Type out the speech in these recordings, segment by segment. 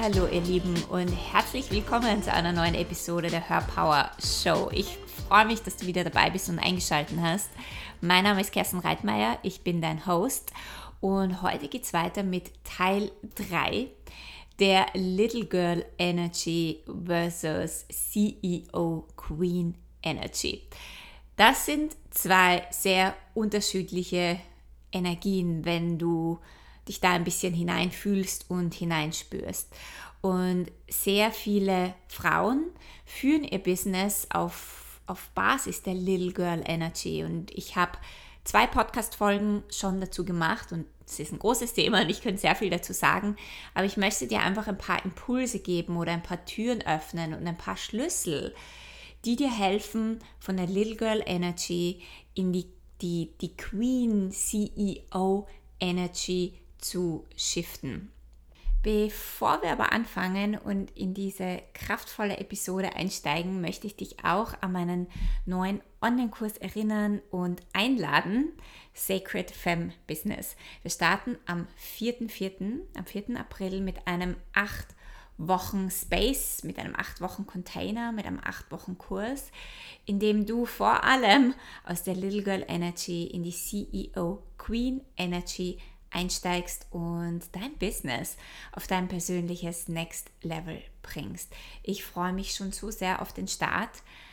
Hallo ihr Lieben und herzlich willkommen zu einer neuen Episode der Hörpower Show. Ich freue mich, dass du wieder dabei bist und eingeschaltet hast. Mein Name ist Kerstin Reitmeier, ich bin dein Host und heute geht es weiter mit Teil 3 der Little Girl Energy versus CEO Queen Energy. Das sind zwei sehr unterschiedliche Energien, wenn du dich da ein bisschen hineinfühlst und hineinspürst. Und sehr viele Frauen führen ihr Business auf Basis der Little Girl Energy. Und ich habe 2 Podcast-Folgen schon dazu gemacht und es ist ein großes Thema und ich könnte sehr viel dazu sagen, aber ich möchte dir einfach ein paar Impulse geben oder ein paar Türen öffnen und ein paar Schlüssel, die dir helfen, von der Little Girl Energy in die Queen CEO Energy zu shiften. Bevor wir aber anfangen und in diese kraftvolle Episode einsteigen, möchte ich dich auch an meinen neuen Online-Kurs erinnern und einladen, Sacred Femme Business. Wir starten am 4. April mit einem 8 Wochen Space, mit einem 8 Wochen Container, mit einem 8 Wochen Kurs, in dem du vor allem aus der Little Girl Energy in die CEO Queen Energy einsteigst und dein Business auf dein persönliches Next Level bringst. Ich freue mich schon so sehr auf den Start.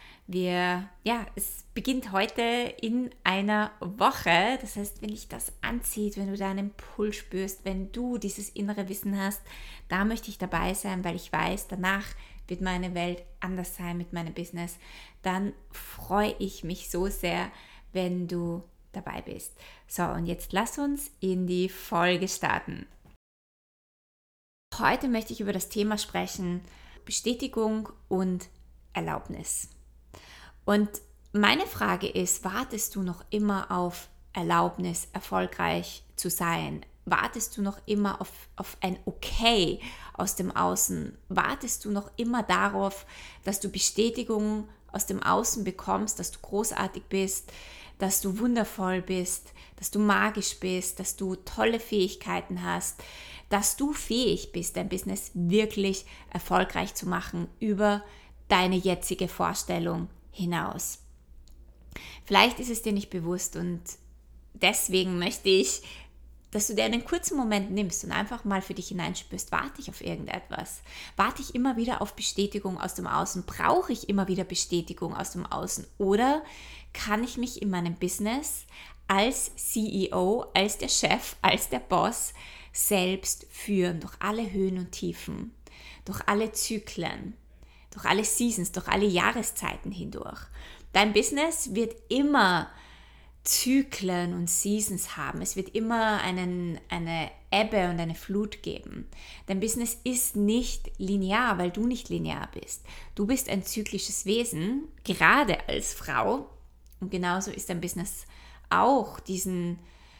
Es beginnt heute in einer Woche. Das heißt, wenn dich das anzieht, wenn du deinen Puls spürst, wenn du dieses innere Wissen hast, da möchte ich dabei sein, weil ich weiß, danach wird meine Welt anders sein mit meinem Business. Dann freue ich mich so sehr, wenn du dabei bist. So, und jetzt lass uns in die Folge starten. Heute möchte ich über das Thema sprechen, Bestätigung und Erlaubnis. Und meine Frage ist, wartest du noch immer auf Erlaubnis, erfolgreich zu sein? Wartest du noch immer auf ein Okay aus dem Außen? Wartest du noch immer darauf, dass du Bestätigung aus dem Außen bekommst, dass du großartig bist, dass du wundervoll bist, dass du magisch bist, dass du tolle Fähigkeiten hast, dass du fähig bist, dein Business wirklich erfolgreich zu machen über deine jetzige Vorstellung hinaus. Vielleicht ist es dir nicht bewusst und deswegen möchte ich, dass du dir einen kurzen Moment nimmst und einfach mal für dich hineinspürst, warte ich auf irgendetwas? Warte ich immer wieder auf Bestätigung aus dem Außen? Brauche ich immer wieder Bestätigung aus dem Außen? Oder kann ich mich in meinem Business als CEO, als der Chef, als der Boss selbst führen, durch alle Höhen und Tiefen, durch alle Zyklen, durch alle Seasons, durch alle Jahreszeiten hindurch? Dein Business wird immer Zyklen und Seasons haben. Es wird immer eine Ebbe und eine Flut geben. Dein Business ist nicht linear, weil du nicht linear bist. Du bist ein zyklisches Wesen, gerade als Frau. Und genauso ist dein Business auch diesen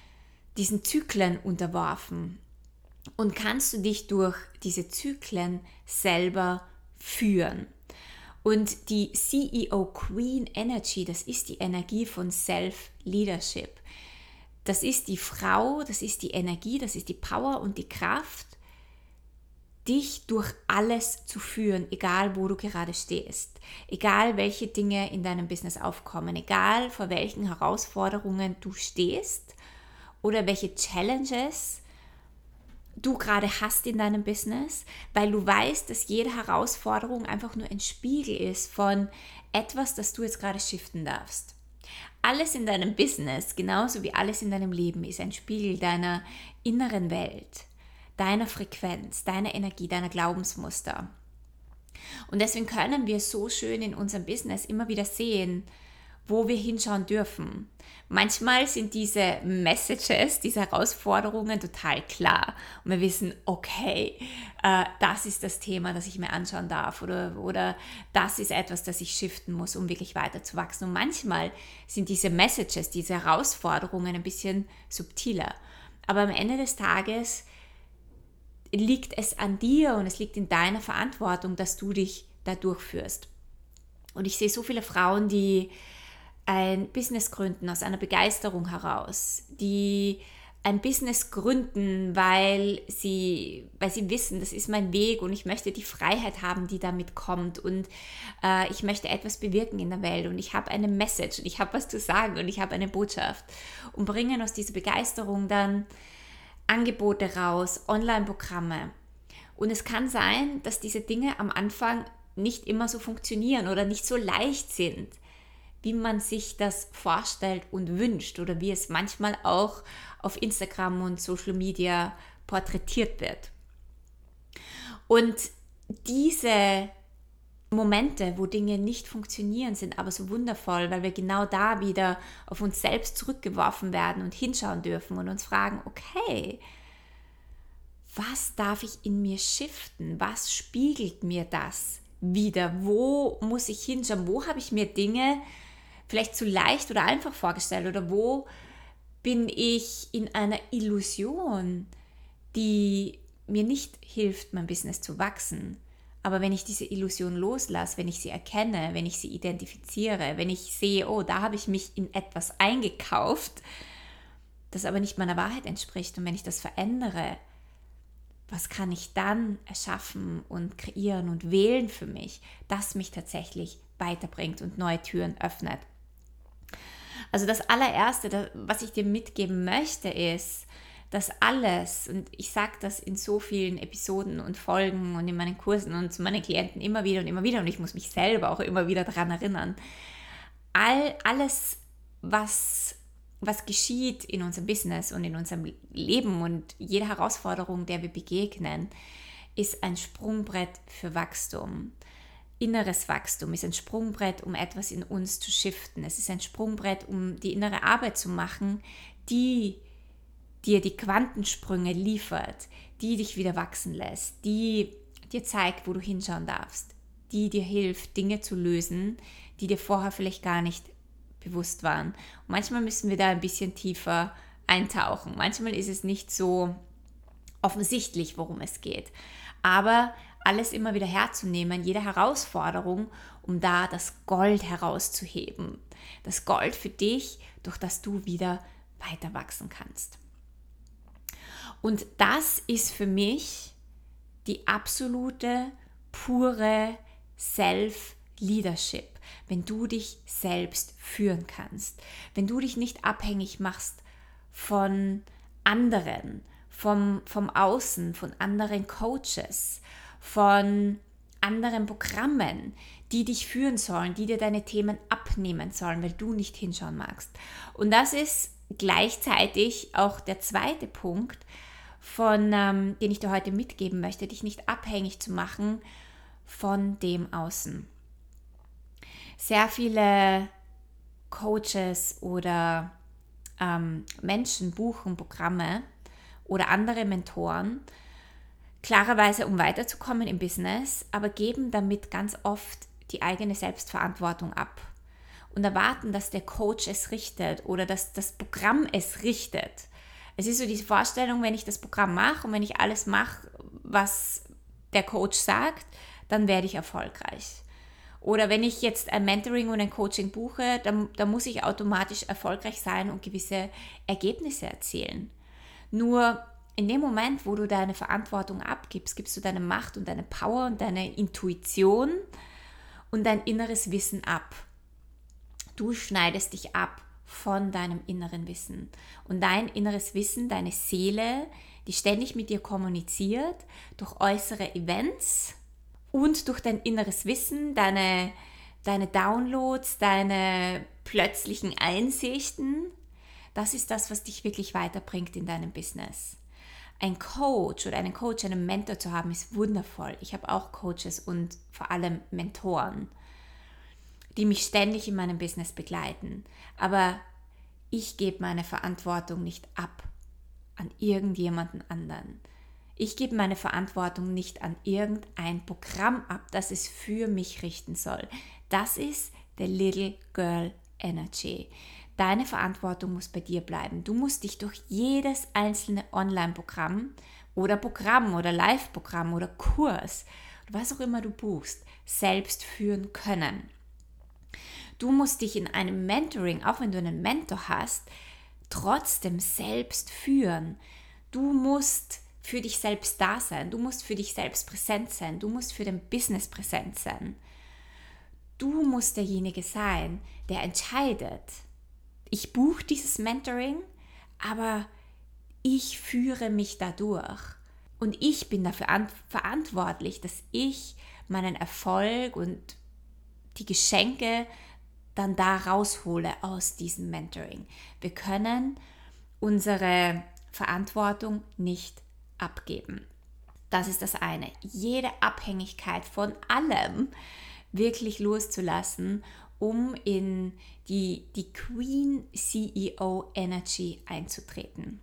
Zyklen unterworfen. Und kannst du dich durch diese Zyklen selber führen. Und die CEO Queen Energy, das ist die Energie von Self-Leadership. Das ist die Frau, das ist die Energie, das ist die Power und die Kraft, dich durch alles zu führen, egal wo du gerade stehst, egal welche Dinge in deinem Business aufkommen, egal vor welchen Herausforderungen du stehst oder welche Challenges du gerade hast in deinem Business, weil du weißt, dass jede Herausforderung einfach nur ein Spiegel ist von etwas, das du jetzt gerade shiften darfst. Alles in deinem Business, genauso wie alles in deinem Leben, ist ein Spiegel deiner inneren Welt, deiner Frequenz, deiner Energie, deiner Glaubensmuster. Und deswegen können wir so schön in unserem Business immer wieder sehen, wo wir hinschauen dürfen. Manchmal sind diese Messages, diese Herausforderungen total klar. Und wir wissen, okay, das ist das Thema, das ich mir anschauen darf oder das ist etwas, das ich shiften muss, um wirklich weiter zu wachsen. Und manchmal sind diese Messages, diese Herausforderungen ein bisschen subtiler. Aber am Ende des Tages liegt es an dir und es liegt in deiner Verantwortung, dass du dich da durchführst. Und ich sehe so viele Frauen, die ein Business gründen aus einer Begeisterung heraus, die ein Business gründen, weil sie wissen, das ist mein Weg und ich möchte die Freiheit haben, die damit kommt und ich möchte etwas bewirken in der Welt und ich habe eine Message und ich habe was zu sagen und ich habe eine Botschaft und bringen aus dieser Begeisterung dann Angebote raus, Online-Programme. Und es kann sein, dass diese Dinge am Anfang nicht immer so funktionieren oder nicht so leicht sind, wie man sich das vorstellt und wünscht oder wie es manchmal auch auf Instagram und Social Media porträtiert wird. Und diese Momente, wo Dinge nicht funktionieren, sind aber so wundervoll, weil wir genau da wieder auf uns selbst zurückgeworfen werden und hinschauen dürfen und uns fragen, okay, was darf ich in mir shiften? Was spiegelt mir das wieder? Wo muss ich hinschauen? Wo habe ich mir Dinge vielleicht zu leicht oder einfach vorgestellt? Oder wo bin ich in einer Illusion, die mir nicht hilft, mein Business zu wachsen? Aber wenn ich diese Illusion loslasse, wenn ich sie erkenne, wenn ich sie identifiziere, wenn ich sehe, oh, da habe ich mich in etwas eingekauft, das aber nicht meiner Wahrheit entspricht, und wenn ich das verändere, was kann ich dann erschaffen und kreieren und wählen für mich, das mich tatsächlich weiterbringt und neue Türen öffnet. Also das allererste, was ich dir mitgeben möchte, ist, dass alles, und ich sage das in so vielen Episoden und Folgen und in meinen Kursen und zu meinen Klienten immer wieder und ich muss mich selber auch immer wieder daran erinnern, alles, was geschieht in unserem Business und in unserem Leben und jede Herausforderung, der wir begegnen, ist ein Sprungbrett für Wachstum. Inneres Wachstum ist ein Sprungbrett, um etwas in uns zu shiften. Es ist ein Sprungbrett, um die innere Arbeit zu machen, die dir die Quantensprünge liefert, die dich wieder wachsen lässt, die dir zeigt, wo du hinschauen darfst, die dir hilft, Dinge zu lösen, die dir vorher vielleicht gar nicht bewusst waren. Und manchmal müssen wir da ein bisschen tiefer eintauchen. Manchmal ist es nicht so offensichtlich, worum es geht. Aber alles immer wieder herzunehmen, jede Herausforderung, um da das Gold herauszuheben. Das Gold für dich, durch das du wieder weiter wachsen kannst. Und das ist für mich die absolute, pure Self-Leadership, wenn du dich selbst führen kannst, wenn du dich nicht abhängig machst von anderen, vom Außen, von anderen Coaches, von anderen Programmen, die dich führen sollen, die dir deine Themen abnehmen sollen, weil du nicht hinschauen magst. Und das ist gleichzeitig auch der zweite Punkt, den ich dir heute mitgeben möchte, dich nicht abhängig zu machen von dem Außen. Sehr viele Coaches oder Menschen buchen Programme oder andere Mentoren, klarerweise um weiterzukommen im Business, aber geben damit ganz oft die eigene Selbstverantwortung ab und erwarten, dass der Coach es richtet oder dass das Programm es richtet. Es ist so diese Vorstellung, wenn ich das Programm mache und wenn ich alles mache, was der Coach sagt, dann werde ich erfolgreich. Oder wenn ich jetzt ein Mentoring und ein Coaching buche, dann muss ich automatisch erfolgreich sein und gewisse Ergebnisse erzielen. Nur in dem Moment, wo du deine Verantwortung abgibst, gibst du deine Macht und deine Power und deine Intuition und dein inneres Wissen ab. Du schneidest dich ab von deinem inneren Wissen. Und dein inneres Wissen, deine Seele, die ständig mit dir kommuniziert, durch äußere Events und durch dein inneres Wissen, deine Downloads, deine plötzlichen Einsichten, das ist das, was dich wirklich weiterbringt in deinem Business. Ein Coach oder einen Coach, einen Mentor zu haben, ist wundervoll. Ich habe auch Coaches und vor allem Mentoren, die mich ständig in meinem Business begleiten. Aber ich gebe meine Verantwortung nicht ab an irgendjemanden anderen. Ich gebe meine Verantwortung nicht an irgendein Programm ab, das es für mich richten soll. Das ist der Little Girl Energy. Deine Verantwortung muss bei dir bleiben. Du musst dich durch jedes einzelne Online-Programm oder Live-Programm oder Kurs, was auch immer du buchst, selbst führen können. Du musst dich in einem Mentoring, auch wenn du einen Mentor hast, trotzdem selbst führen. Du musst für dich selbst da sein, du musst für dich selbst präsent sein, du musst für dein Business präsent sein. Du musst derjenige sein, der entscheidet. Ich buche dieses Mentoring, aber ich führe mich dadurch. Und ich bin dafür verantwortlich, dass ich meinen Erfolg und die Geschenke dann da raushole aus diesem Mentoring. Wir können unsere Verantwortung nicht abgeben. Das ist das eine. Jede Abhängigkeit von allem wirklich loszulassen, um in die Queen CEO Energy einzutreten.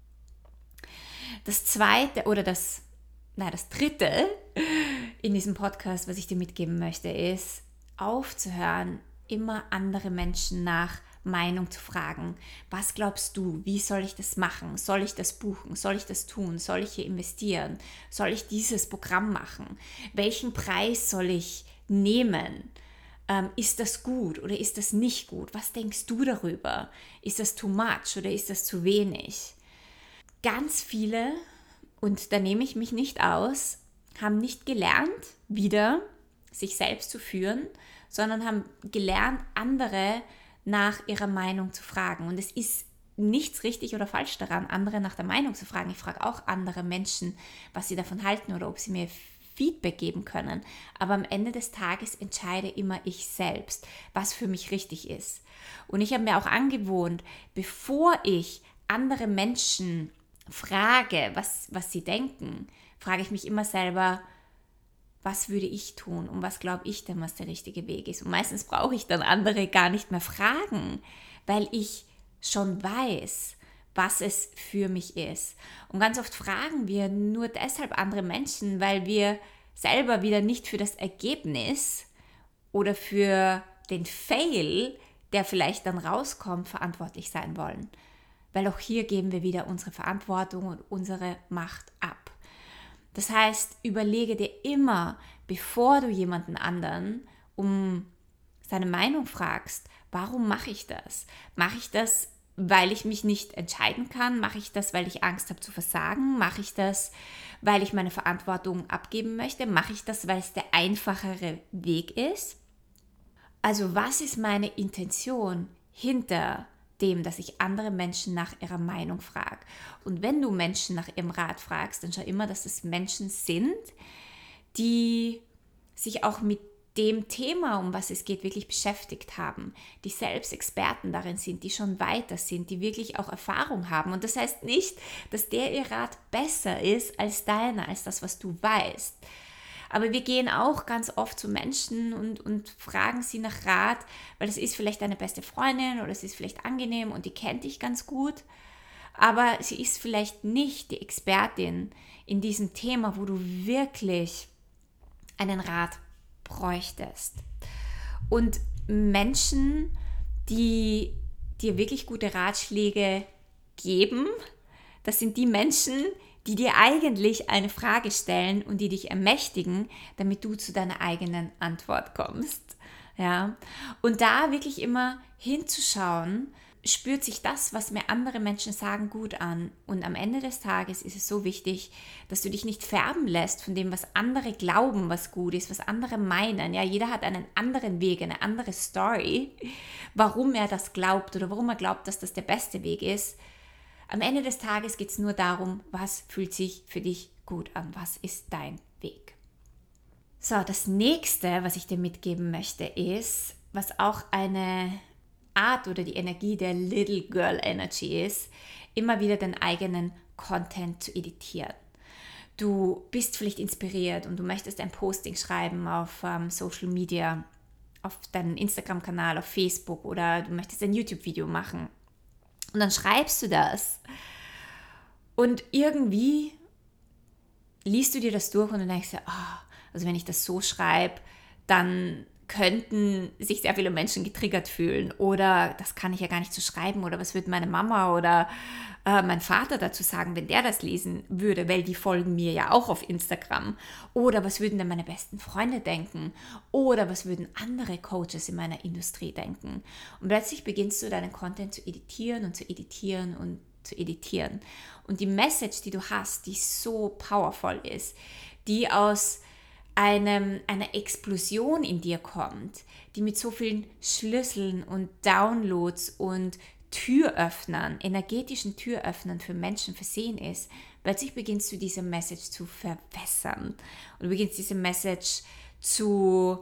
Das zweite oder das dritte in diesem Podcast, was ich dir mitgeben möchte, ist aufzuhören, immer andere Menschen nach Meinung zu fragen. Was glaubst du? Wie soll ich das machen? Soll ich das buchen? Soll ich das tun? Soll ich hier investieren? Soll ich dieses Programm machen? Welchen Preis soll ich nehmen? Ist das gut oder ist das nicht gut? Was denkst du darüber? Ist das too much oder ist das zu wenig? Ganz viele, und da nehme ich mich nicht aus, haben nicht gelernt, wieder sich selbst zu führen, sondern haben gelernt, andere nach ihrer Meinung zu fragen. Und es ist nichts richtig oder falsch daran, andere nach der Meinung zu fragen. Ich frage auch andere Menschen, was sie davon halten oder ob sie mir Feedback geben können. Aber am Ende des Tages entscheide immer ich selbst, was für mich richtig ist. Und ich habe mir auch angewohnt, bevor ich andere Menschen frage, was sie denken, frage ich mich immer selber, was würde ich tun und was glaube ich denn, was der richtige Weg ist. Und meistens brauche ich dann andere gar nicht mehr fragen, weil ich schon weiß, was es für mich ist. Und ganz oft fragen wir nur deshalb andere Menschen, weil wir selber wieder nicht für das Ergebnis oder für den Fail, der vielleicht dann rauskommt, verantwortlich sein wollen. Weil auch hier geben wir wieder unsere Verantwortung und unsere Macht ab. Das heißt, überlege dir immer, bevor du jemanden anderen um seine Meinung fragst, warum mache ich das? Mache ich das, weil ich mich nicht entscheiden kann? Mache ich das, weil ich Angst habe zu versagen? Mache ich das, weil ich meine Verantwortung abgeben möchte? Mache ich das, weil es der einfachere Weg ist? Also was ist meine Intention hinter dem, dass ich andere Menschen nach ihrer Meinung frage? Und wenn du Menschen nach ihrem Rat fragst, dann schau immer, dass es Menschen sind, die sich auch mit dem Thema, um was es geht, wirklich beschäftigt haben, die selbst Experten darin sind, die schon weiter sind, die wirklich auch Erfahrung haben. Und das heißt nicht, dass ihr Rat besser ist als deiner, als das, was du weißt. Aber wir gehen auch ganz oft zu Menschen und fragen sie nach Rat, weil es ist vielleicht deine beste Freundin oder es ist vielleicht angenehm und die kennt dich ganz gut. Aber sie ist vielleicht nicht die Expertin in diesem Thema, wo du wirklich einen Rat bräuchtest. Und Menschen, die dir wirklich gute Ratschläge geben, das sind die Menschen, die dir eigentlich eine Frage stellen und die dich ermächtigen, damit du zu deiner eigenen Antwort kommst. Ja? Und da wirklich immer hinzuschauen, spürt sich das, was mir andere Menschen sagen, gut an. Und am Ende des Tages ist es so wichtig, dass du dich nicht färben lässt von dem, was andere glauben, was gut ist, was andere meinen. Ja, jeder hat einen anderen Weg, eine andere Story, warum er das glaubt oder warum er glaubt, dass das der beste Weg ist. Am Ende des Tages geht es nur darum, was fühlt sich für dich gut an, was ist dein Weg. So, das nächste, was ich dir mitgeben möchte, ist, was auch eine Art oder die Energie der Little Girl Energy ist, immer wieder den eigenen Content zu editieren. Du bist vielleicht inspiriert und du möchtest ein Posting schreiben auf Social Media, auf deinen Instagram-Kanal, auf Facebook oder du möchtest ein YouTube-Video machen. Und dann schreibst du das und irgendwie liest du dir das durch und du denkst dir, also wenn ich das so schreibe, dann könnten sich sehr viele Menschen getriggert fühlen oder das kann ich ja gar nicht so schreiben oder was würde meine Mama oder mein Vater dazu sagen, wenn der das lesen würde, weil die folgen mir ja auch auf Instagram, oder was würden denn meine besten Freunde denken oder was würden andere Coaches in meiner Industrie denken, und plötzlich beginnst du deinen Content zu editieren und zu editieren und zu editieren und die Message, die du hast, die so powerful ist, die aus einer Explosion in dir kommt, die mit so vielen Schlüsseln und Downloads und Türöffnern, energetischen Türöffnern für Menschen versehen ist, plötzlich beginnst du diese Message zu verwässern und du beginnst diese Message so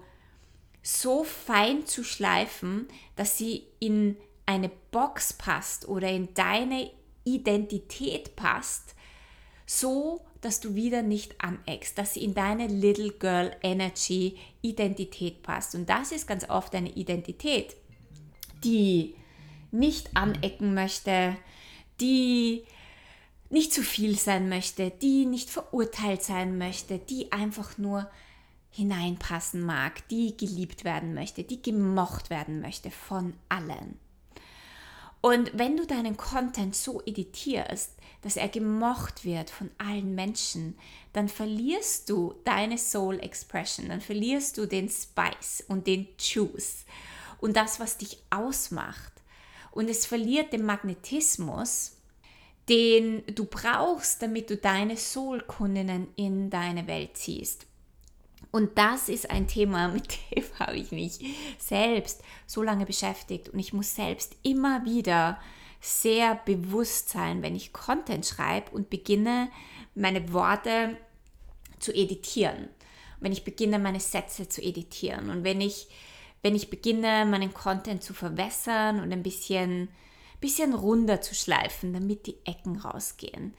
fein zu schleifen, dass sie in eine Box passt oder in deine Identität passt, so dass du wieder nicht aneckst, dass sie in deine Little Girl Energy Identität passt. Und das ist ganz oft eine Identität, die nicht anecken möchte, die nicht zu viel sein möchte, die nicht verurteilt sein möchte, die einfach nur hineinpassen mag, die geliebt werden möchte, die gemocht werden möchte von allen. Und wenn du deinen Content so editierst, dass er gemocht wird von allen Menschen, dann verlierst du deine Soul Expression, dann verlierst du den Spice und den Juice und das, was dich ausmacht. Und es verliert den Magnetismus, den du brauchst, damit du deine Soul-Kundinnen in deine Welt ziehst. Und das ist ein Thema, mit dem habe ich mich selbst so lange beschäftigt. Und ich muss selbst immer wieder sehr bewusst sein, wenn ich Content schreibe und beginne, meine Worte zu editieren. Wenn ich beginne, meine Sätze zu editieren. Und wenn ich beginne, meinen Content zu verwässern und ein bisschen runder zu schleifen, damit die Ecken rausgehen.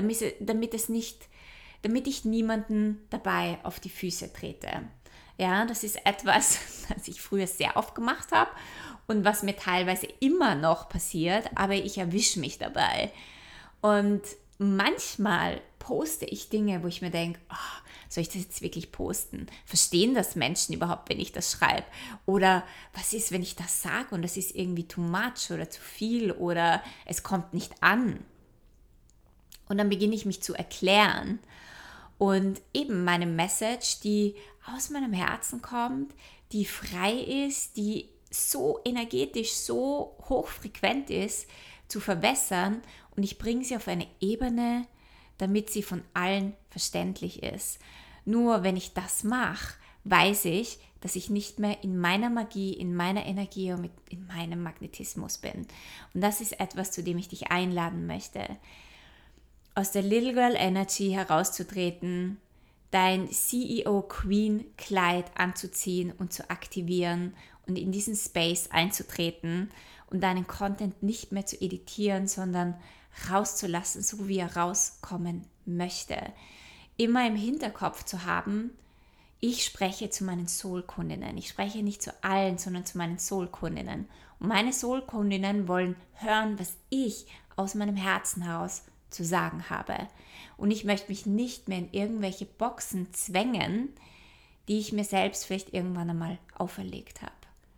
Damit ich niemanden dabei auf die Füße trete. Ja, das ist etwas, das ich früher sehr oft gemacht habe und was mir teilweise immer noch passiert, aber ich erwische mich dabei. Und manchmal poste ich Dinge, wo ich mir denke, oh, soll ich das jetzt wirklich posten? Verstehen das Menschen überhaupt, wenn ich das schreibe? Oder was ist, wenn ich das sage und das ist irgendwie too much oder zu viel oder es kommt nicht an? Und dann beginne ich mich zu erklären. Und eben meine Message, die aus meinem Herzen kommt, die frei ist, die so energetisch, so hochfrequent ist, zu verwässern. Und ich bringe sie auf eine Ebene, damit sie von allen verständlich ist. Nur wenn ich das mache, weiß ich, dass ich nicht mehr in meiner Magie, in meiner Energie und in meinem Magnetismus bin. Und das ist etwas, zu dem ich dich einladen möchte. Aus der Little Girl Energy herauszutreten, dein CEO Queen Kleid anzuziehen und zu aktivieren und in diesen Space einzutreten und deinen Content nicht mehr zu editieren, sondern rauszulassen, so wie er rauskommen möchte. Immer im Hinterkopf zu haben, ich spreche zu meinen Soul-Kundinnen. Ich spreche nicht zu allen, sondern zu meinen Soul-Kundinnen. Und meine Soul-Kundinnen wollen hören, was ich aus meinem Herzen heraus zu sagen habe. Und ich möchte mich nicht mehr in irgendwelche Boxen zwängen, die ich mir selbst vielleicht irgendwann einmal auferlegt habe.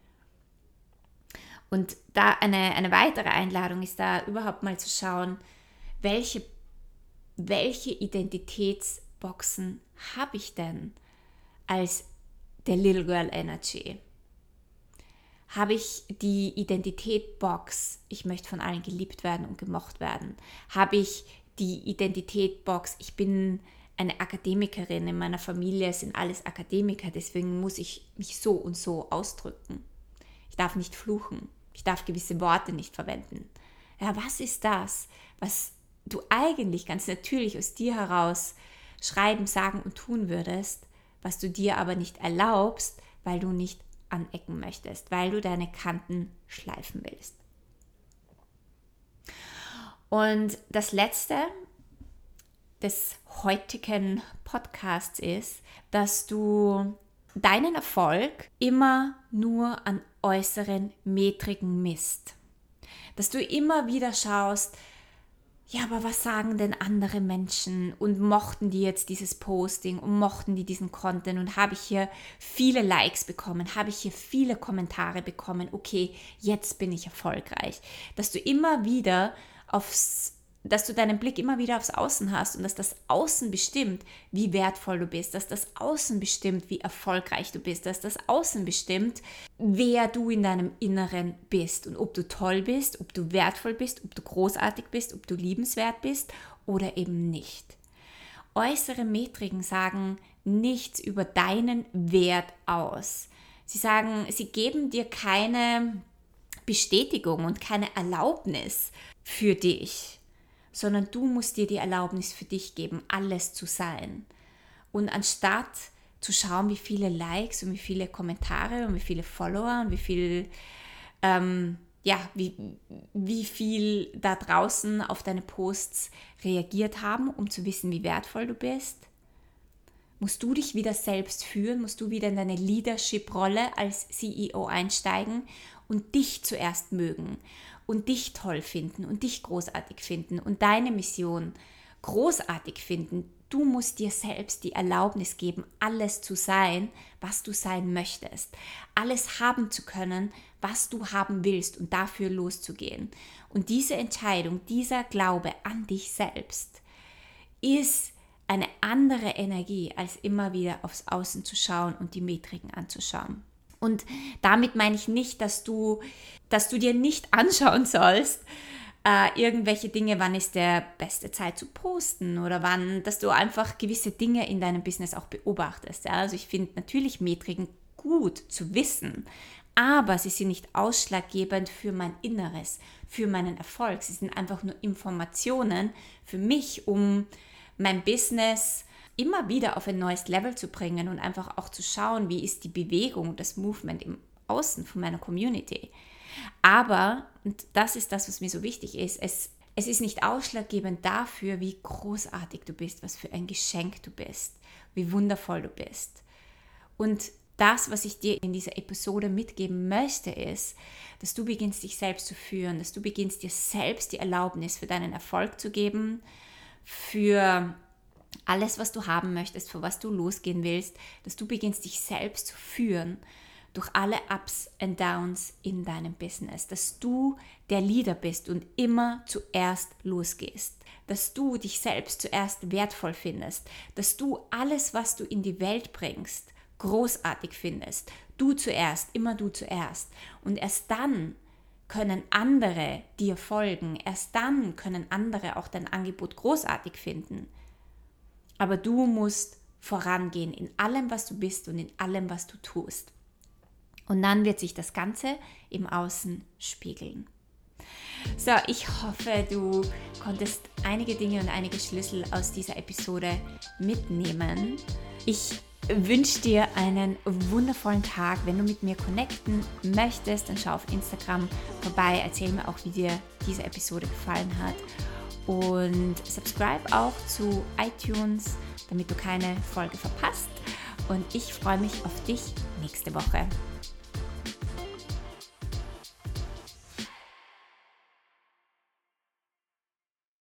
Und da eine weitere Einladung ist da, überhaupt mal zu schauen, welche Identitätsboxen habe ich denn als der Little Girl Energy? Habe ich die Identitätbox, ich möchte von allen geliebt werden und gemocht werden? Habe ich die Identitätbox, ich bin eine Akademikerin, in meiner Familie sind alles Akademiker, deswegen muss ich mich so und so ausdrücken. Ich darf nicht fluchen, ich darf gewisse Worte nicht verwenden. Ja, was ist das, was du eigentlich ganz natürlich aus dir heraus schreiben, sagen und tun würdest, was du dir aber nicht erlaubst, weil du nicht anecken möchtest, weil du deine Kanten schleifen willst. Und das Letzte des heutigen Podcasts ist, dass du deinen Erfolg immer nur an äußeren Metriken misst. Dass du immer wieder schaust, ja, aber was sagen denn andere Menschen und mochten die jetzt dieses Posting und mochten die diesen Content und habe ich hier viele Likes bekommen, habe ich hier viele Kommentare bekommen, okay, jetzt bin ich erfolgreich. Dass du deinen Blick immer wieder aufs Außen hast und dass das Außen bestimmt, wie wertvoll du bist, dass das Außen bestimmt, wie erfolgreich du bist, dass das Außen bestimmt, wer du in deinem Inneren bist und ob du toll bist, ob du wertvoll bist, ob du großartig bist, ob du liebenswert bist oder eben nicht. Äußere Metriken sagen nichts über deinen Wert aus. Sie geben dir keine Bestätigung und keine Erlaubnis für dich, sondern du musst dir die Erlaubnis für dich geben, alles zu sein. Und anstatt zu schauen, wie viele Likes und wie viele Kommentare und wie viele Follower und wie viel da draußen auf deine Posts reagiert haben, um zu wissen, wie wertvoll du bist, musst du dich wieder selbst führen, musst du wieder in deine Leadership-Rolle als CEO einsteigen und dich zuerst mögen und dich toll finden und dich großartig finden und deine Mission großartig finden. Du musst dir selbst die Erlaubnis geben, alles zu sein, was du sein möchtest. Alles haben zu können, was du haben willst und dafür loszugehen. Und diese Entscheidung, dieser Glaube an dich selbst ist eine andere Energie, als immer wieder aufs Außen zu schauen und die Metriken anzuschauen. Und damit meine ich nicht, dass du dir nicht anschauen sollst, irgendwelche Dinge, wann ist der beste Zeit zu posten oder dass du einfach gewisse Dinge in deinem Business auch beobachtest. Ja? Also ich finde natürlich Metriken gut zu wissen, aber sie sind nicht ausschlaggebend für mein Inneres, für meinen Erfolg. Sie sind einfach nur Informationen für mich, um mein Business immer wieder auf ein neues Level zu bringen und einfach auch zu schauen, wie ist die Bewegung, das Movement im Außen von meiner Community. Aber, und das ist das, was mir so wichtig ist, es ist nicht ausschlaggebend dafür, wie großartig du bist, was für ein Geschenk du bist, wie wundervoll du bist. Und das, was ich dir in dieser Episode mitgeben möchte, ist, dass du beginnst, dich selbst zu führen, dass du beginnst, dir selbst die Erlaubnis für deinen Erfolg zu geben, für alles, was du haben möchtest, für was du losgehen willst, dass du beginnst, dich selbst zu führen durch alle Ups und Downs in deinem Business, dass du der Leader bist und immer zuerst losgehst, dass du dich selbst zuerst wertvoll findest, dass du alles, was du in die Welt bringst, großartig findest. Du zuerst, immer du zuerst. Und erst dann können andere dir folgen, erst dann können andere auch dein Angebot großartig finden. Aber du musst vorangehen in allem, was du bist und in allem, was du tust. Und dann wird sich das Ganze im Außen spiegeln. So, ich hoffe, du konntest einige Dinge und einige Schlüssel aus dieser Episode mitnehmen. Ich wünsche dir einen wundervollen Tag. Wenn du mit mir connecten möchtest, dann schau auf Instagram vorbei. Erzähl mir auch, wie dir diese Episode gefallen hat. Und subscribe auch zu iTunes, damit du keine Folge verpasst. Und ich freue mich auf dich nächste Woche.